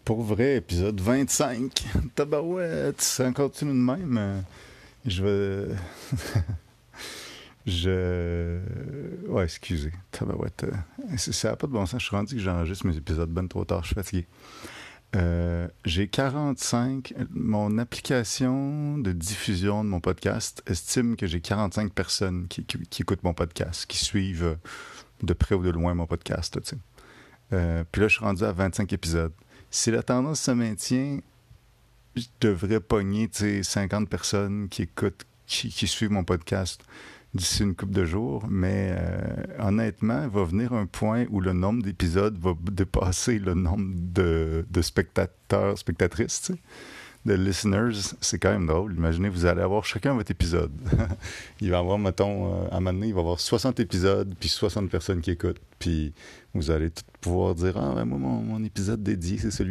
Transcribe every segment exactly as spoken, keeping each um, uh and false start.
Pour vrai, épisode vingt-cinq. Tabarouette, ça continue de même. euh, Je vais. Je. Ouais, excusez. Tabarouette. euh, c'est- Ça n'a pas de bon sens. Je suis rendu que j'enregistre mes épisodes ben trop tard. Je suis fatigué. Euh, j'ai quarante-cinq. Mon application de diffusion de mon podcast estime que j'ai quarante-cinq personnes qui, qui- qui écoutent mon podcast, qui suivent euh, de près ou de loin mon podcast. Là, tu sais. Euh, puis là, je suis rendu à vingt-cinq épisodes. Si la tendance se maintient, je devrais pogner tu sais, cinquante personnes qui écoutent, qui, qui suivent mon podcast d'ici une couple de jours. Mais euh, honnêtement, il va venir un point où le nombre d'épisodes va dépasser le nombre de, de spectateurs, spectatrices, tu sais, de listeners. C'est quand même drôle. Imaginez, vous allez avoir chacun votre épisode. Il va y avoir, mettons, euh, à un moment donné, il va y avoir soixante épisodes, puis soixante personnes qui écoutent. Puis vous allez tout pouvoir dire « Ah, ben moi, mon, mon épisode dédié, c'est celui-là. »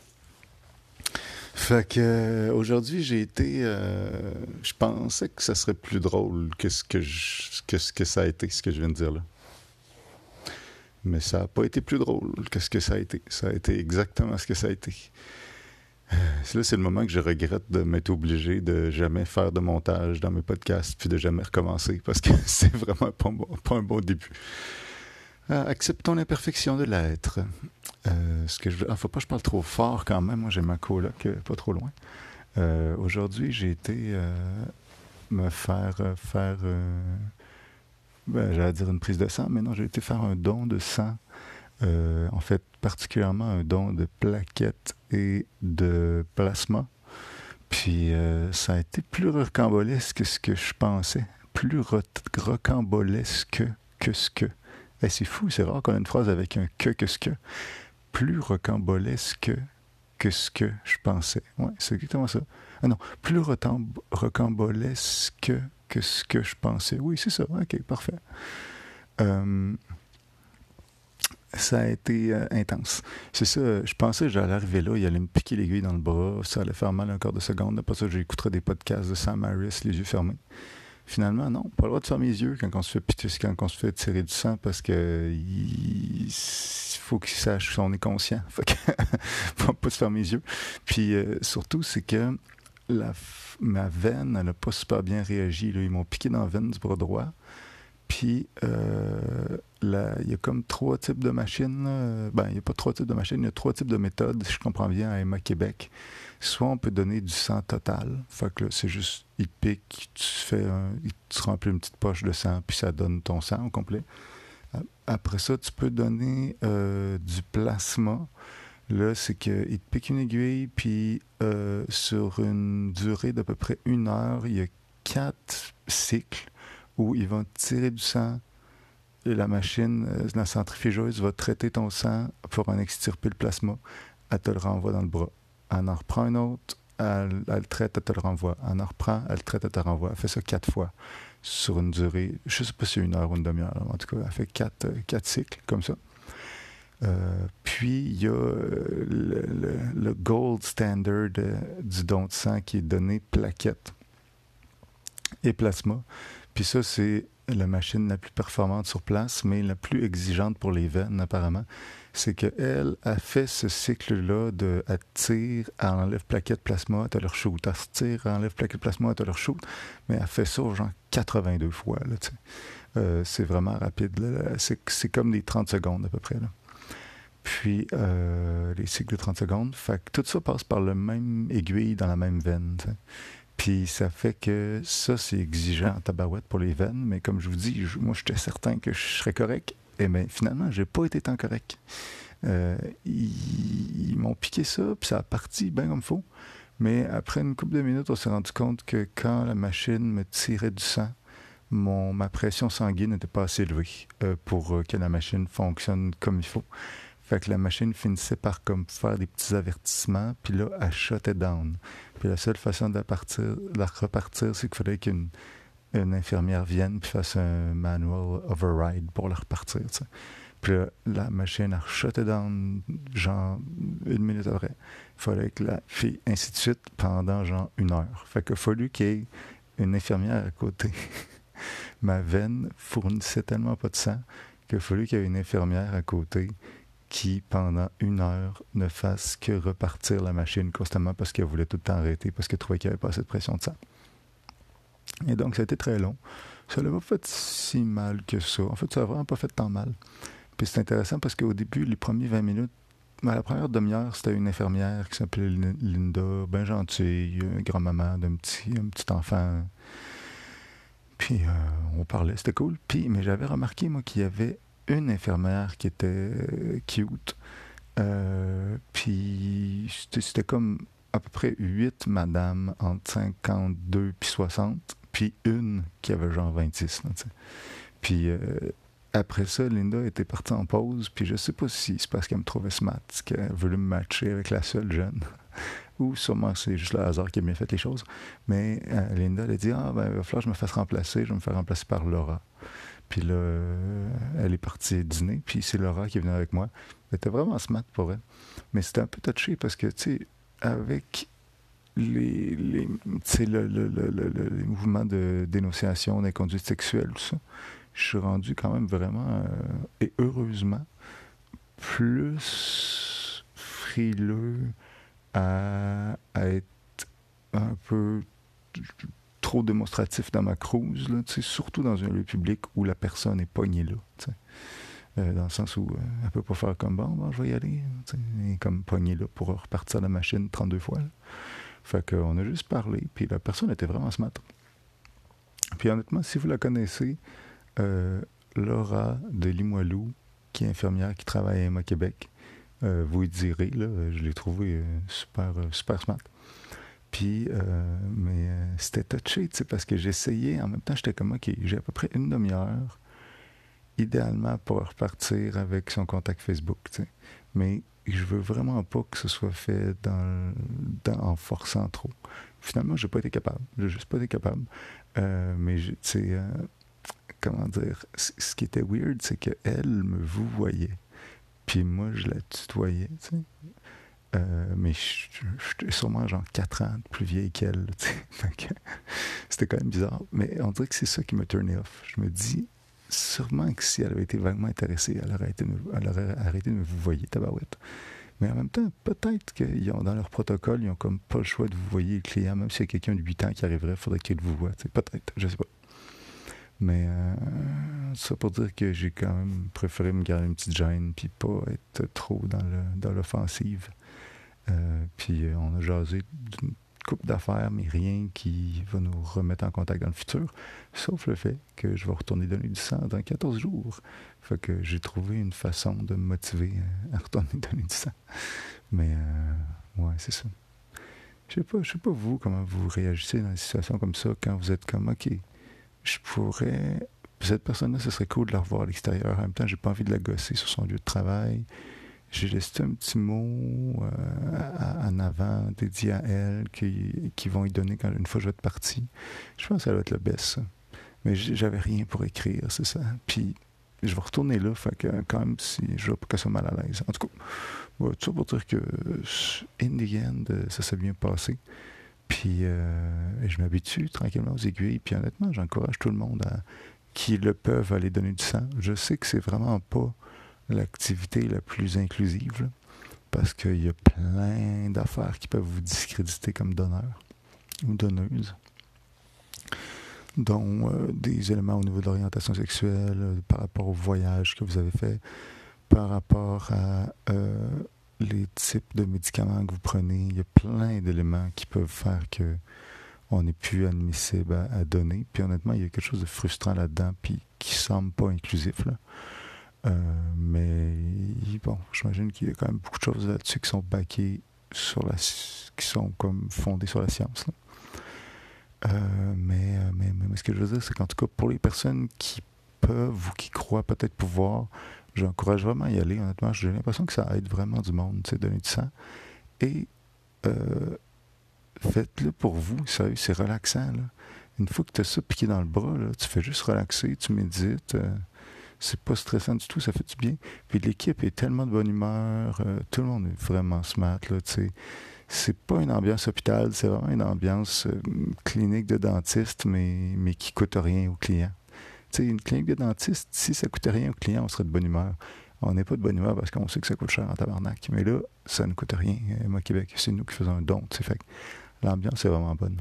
Fait que euh, aujourd'hui, j'ai été. Euh, je pensais que ça serait plus drôle que ce que, je, que ce que ça a été, ce que je viens de dire là. Mais ça n'a pas été plus drôle que ce que ça a été. Ça a été exactement ce que ça a été. Euh, Là, c'est le moment que je regrette de m'être obligé de jamais faire de montage dans mes podcasts puis de jamais recommencer parce que c'est vraiment pas, un bon- pas un bon début. Euh, acceptons l'imperfection de l'être. Euh, ce que je veux... ah, faut pas que je parle trop fort quand même. Moi, j'ai ma coloc euh, pas trop loin. Euh, aujourd'hui, j'ai été euh, me faire euh, faire. Euh, ben, j'allais dire une prise de sang, mais non, j'ai été faire un don de sang. Euh, en fait, particulièrement un don de plaquettes et de plasma. Puis euh, ça a été plus rocambolesque que ce que je pensais. Plus ro- rocambolesque que ce que. Eh, c'est fou, c'est rare qu'on ait une phrase avec un que que ce que. Plus rocambolesque que ce que je pensais. Ouais, c'est exactement ça. Ah non, plus rotam- rocambolesque que ce que je pensais. Oui, c'est ça. OK, parfait. Euh, ça a été euh, intense. C'est ça, je pensais que j'allais arriver là, il allait me piquer l'aiguille dans le bras, ça allait faire mal un quart de seconde. Après ça, j'écouterais des podcasts de Sam Harris, les yeux fermés. Finalement, non, pas le droit de fermer les yeux quand on se fait piquer, quand on se fait tirer du sang parce que il, il faut qu'il sache qu'on est conscient. Fait que faut pas se fermer les yeux. Puis euh, surtout, c'est que la, f- ma veine, elle n'a pas super bien réagi. Là. Ils m'ont piqué dans la veine du bras droit. Puis, euh, la- il y a comme trois types de machines. Là. Ben, il n'y a pas trois types de machines, il y a trois types de méthodes, si je comprends bien, à Emma Québec. Soit on peut donner du sang total. Fait que là, c'est juste, il pique, tu fais un, il- tu remplis une petite poche de sang, puis ça donne ton sang au complet. Après ça, tu peux donner euh, du plasma. Là, c'est qu'il te pique une aiguille, puis euh, sur une durée d'à peu près une heure, il y a quatre cycles où ils vont tirer du sang et la machine, euh, la centrifugeuse, va traiter ton sang pour en extirper le plasma. Elle te le renvoie dans le bras. Elle en reprend un autre, elle, elle le traite, elle te le renvoie. Elle en reprend, elle le traite, elle te le renvoie. Elle fait ça quatre fois sur une durée, je ne sais pas si c'est une heure ou une demi-heure. En tout cas, elle fait quatre, euh, quatre cycles comme ça. Euh, puis, il y a euh, le, le, le gold standard euh, du don de sang qui est donné plaquette et plasma. Puis ça, c'est la machine la plus performante sur place, mais la plus exigeante pour les veines, apparemment. C'est qu'elle a fait ce cycle-là de elle tire, elle enlève plaquette plasma, elle te le shoot. Elle se tire, elle enlève plaquette plasma, elle te le shoot. Mais elle fait ça genre quatre-vingt-deux fois. Là, tu sais. Euh, c'est vraiment rapide. Là. C'est, c'est comme des trente secondes à peu près. Là. Puis, euh, les cycles de trente secondes. Fait que tout ça passe par le même aiguille dans la même veine. Tu sais. Puis ça fait que ça, c'est exigeant en tabarouette pour les veines, mais comme je vous dis, je, moi, j'étais certain que je serais correct. Et bien, finalement, j'ai pas été tant correct. Euh, ils, ils m'ont piqué ça, puis ça a parti bien comme il faut. Mais après une couple de minutes, on s'est rendu compte que quand la machine me tirait du sang, mon, ma pression sanguine n'était pas assez élevée euh, pour euh, que la machine fonctionne comme il faut. Fait que la machine finissait par comme faire des petits avertissements, puis là, elle shuttait down. Puis la seule façon de la, partir, de la repartir, c'est qu'il fallait qu'une une infirmière vienne puis fasse un manual override pour la repartir. T'sais. Puis là, la machine a shutté down, genre une minute après. Il fallait que la fille, ainsi de suite, pendant genre une heure. Fait qu'il a fallu qu'il y ait une infirmière à côté. Ma veine fournissait tellement pas de sang qu'il a fallu qu'il y ait une infirmière à côté qui, pendant une heure, ne fasse que repartir la machine constamment parce qu'elle voulait tout le temps arrêter, parce qu'elle trouvait qu'il n'y avait pas assez de pression de sang. Et donc, ça a été très long. Ça n'a pas fait si mal que ça. En fait, ça n'a vraiment pas fait tant mal. Puis c'est intéressant parce qu'au début, les premiers vingt minutes, ben, la première demi-heure, c'était une infirmière qui s'appelait Linda, bien gentille, grand-maman d'un petit, un petit enfant. Puis euh, on parlait, c'était cool. Puis, mais j'avais remarqué, moi, qu'il y avait une infirmière qui était euh, cute. Euh, puis c'était, c'était comme à peu près huit madames entre cinquante-deux puis soixante, puis une qui avait genre vingt-six. Là, puis euh, après ça, Linda était partie en pause, puis je sais pas si c'est parce qu'elle me trouvait smart, qu'elle voulait me matcher avec la seule jeune, ou sûrement c'est juste le hasard qui a bien fait les choses. Mais euh, Linda, elle a dit « Ah, ben, il va falloir que je me fasse remplacer, je vais me faire remplacer par Laura. » Puis là, euh, elle est partie dîner, puis c'est Laura qui est venue avec moi. Elle était vraiment smart pour elle. Mais c'était un peu touché parce que, tu sais, avec les, les, le, le, le, le, les mouvements de dénonciation des conduites sexuelles, tout ça, je suis rendu quand même vraiment, euh, et heureusement, plus frileux à, à être un peu trop démonstratif dans ma cruise, là, surtout dans un lieu public où la personne est pognée là. Euh, dans le sens où euh, elle ne peut pas faire comme bon, bon, je vais y aller. Elle est comme pognée là pour repartir la machine trente-deux fois. Là. Fait qu'on a juste parlé, puis la personne était vraiment smart. Puis honnêtement, si vous la connaissez, euh, Laura de Limoilou, qui est infirmière, qui travaille à Emma Québec, euh, vous y direz, là, je l'ai trouvé euh, super, euh, super smart. Puis, euh, mais euh, c'était touché, tu sais, parce que j'essayais, en même temps, j'étais comme, OK, j'ai à peu près une demi-heure, idéalement pour repartir avec son contact Facebook, tu sais. Mais je veux vraiment pas que ce soit fait dans, dans, en forçant trop. Finalement, j'ai pas été capable. J'ai juste pas été capable. Euh, mais, tu sais, euh, comment dire, c- ce qui était weird, c'est qu'elle me vous voyait. Puis moi, je la tutoyais, tu sais. Euh, mais j'étais sûrement genre quatre ans de plus vieille qu'elle. C'était quand même bizarre. Mais on dirait que c'est ça qui m'a turné off. Je me dis, sûrement que si elle avait été vaguement intéressée, elle aurait, été me, elle aurait arrêté de me vous voyer, tabarouette. Mais en même temps, peut-être que dans leur protocole, ils n'ont comme pas le choix de vous voyer le client, même s'il y a quelqu'un de huit ans qui arriverait, il faudrait qu'il vous voie. Peut-être, je sais pas. Mais euh, ça pour dire que j'ai quand même préféré me garder une petite gêne puis pas être trop dans, le, dans l'offensive. Euh, puis euh, on a jasé d'une couple d'affaires, mais rien qui va nous remettre en contact dans le futur, sauf le fait que je vais retourner donner du sang dans quatorze jours. Fait que j'ai trouvé une façon de me motiver à retourner donner du sang. Mais euh, ouais, c'est ça. Je sais pas, je sais pas vous, comment vous réagissez dans des situations comme ça quand vous êtes comme, OK, je pourrais... Cette personne-là, ce serait cool de la revoir à l'extérieur. En même temps, j'ai pas envie de la gosser sur son lieu de travail. J'ai laissé un petit mot euh, en avant dédié à elle qui, qui vont y donner quand une fois je vais être parti. Je pense que ça va être le best, ça. Mais j'avais rien pour écrire, c'est ça. Puis je vais retourner là, fait que quand même, si je veux pas qu'elle soit mal à l'aise. En tout cas, ouais, tout ça pour dire que in the end, ça s'est bien passé. Puis euh, je m'habitue tranquillement aux aiguilles. Puis honnêtement, j'encourage tout le monde à, qui le peuvent à aller donner du sang. Je sais que c'est vraiment pas l'activité la plus inclusive, là, parce qu'il y a plein d'affaires qui peuvent vous discréditer comme donneur ou donneuse, dont euh, des éléments au niveau de l'orientation sexuelle, euh, par rapport au voyage que vous avez fait, par rapport à euh, les types de médicaments que vous prenez. Il y a plein d'éléments qui peuvent faire que on n'est plus admissible à, à donner. Puis honnêtement, il y a quelque chose de frustrant là-dedans, puis qui semble pas inclusif, là. Euh, mais bon, j'imagine qu'il y a quand même beaucoup de choses là-dessus qui sont backées sur la, qui sont comme fondées sur la science. Là. Euh, mais, mais, mais, mais ce que je veux dire, c'est qu'en tout cas, pour les personnes qui peuvent ou qui croient peut-être pouvoir, j'encourage vraiment à y aller. Honnêtement, j'ai l'impression que ça aide vraiment du monde, tu sais, donner du sang. Et euh, faites-le pour vous, sérieux, c'est relaxant. Là. Une fois que tu as ça piqué dans le bras, là, tu fais juste relaxer, tu médites. Euh, c'est pas stressant du tout, ça fait du bien. Puis l'équipe est tellement de bonne humeur, euh, tout le monde est vraiment smart, là, tu sais. C'est pas une ambiance hôpital, c'est vraiment une ambiance euh, clinique de dentiste, mais, mais qui coûte rien au client. Tu sais, une clinique de dentiste, si ça coûtait rien au client, on serait de bonne humeur. On n'est pas de bonne humeur parce qu'on sait que ça coûte cher en tabarnak. Mais là, ça ne coûte rien. Moi, Québec, c'est nous qui faisons un don. T'sais. Fait que l'ambiance est vraiment bonne.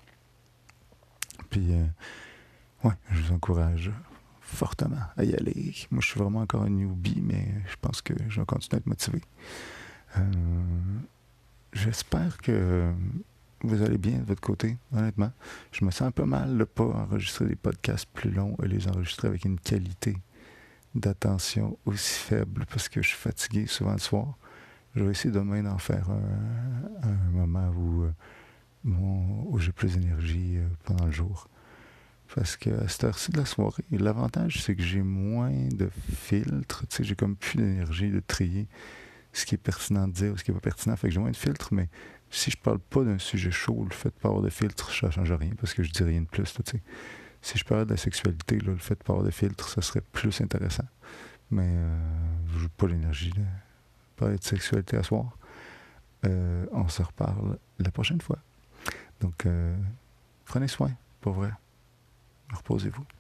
Puis, euh, ouais, je vous encourage fortement à y aller. Moi, je suis vraiment encore un newbie, mais je pense que je vais continuer à être motivé. Euh, j'espère que vous allez bien de votre côté, honnêtement. Je me sens un peu mal de ne pas enregistrer des podcasts plus longs et les enregistrer avec une qualité d'attention aussi faible parce que je suis fatigué souvent le soir. Je vais essayer demain d'en faire un, un moment où, euh, mon, où j'ai plus d'énergie euh, pendant le jour. Parce qu'à cette heure-ci de la soirée, l'avantage, c'est que j'ai moins de filtres. Tu sais, j'ai comme plus d'énergie de trier ce qui est pertinent de dire ou ce qui n'est pas pertinent. Fait que j'ai moins de filtres, mais si je parle pas d'un sujet chaud, le fait de pas avoir de filtre, ça change rien parce que je dis rien de plus. Là, tu sais. Si je parlais de la sexualité, là, le fait de pas avoir de filtre, ça serait plus intéressant. Mais euh, je n'ai pas l'énergie de parler de sexualité à soir. Euh, on se reparle la prochaine fois. Donc, euh, prenez soin, pour vrai. Reposez-vous.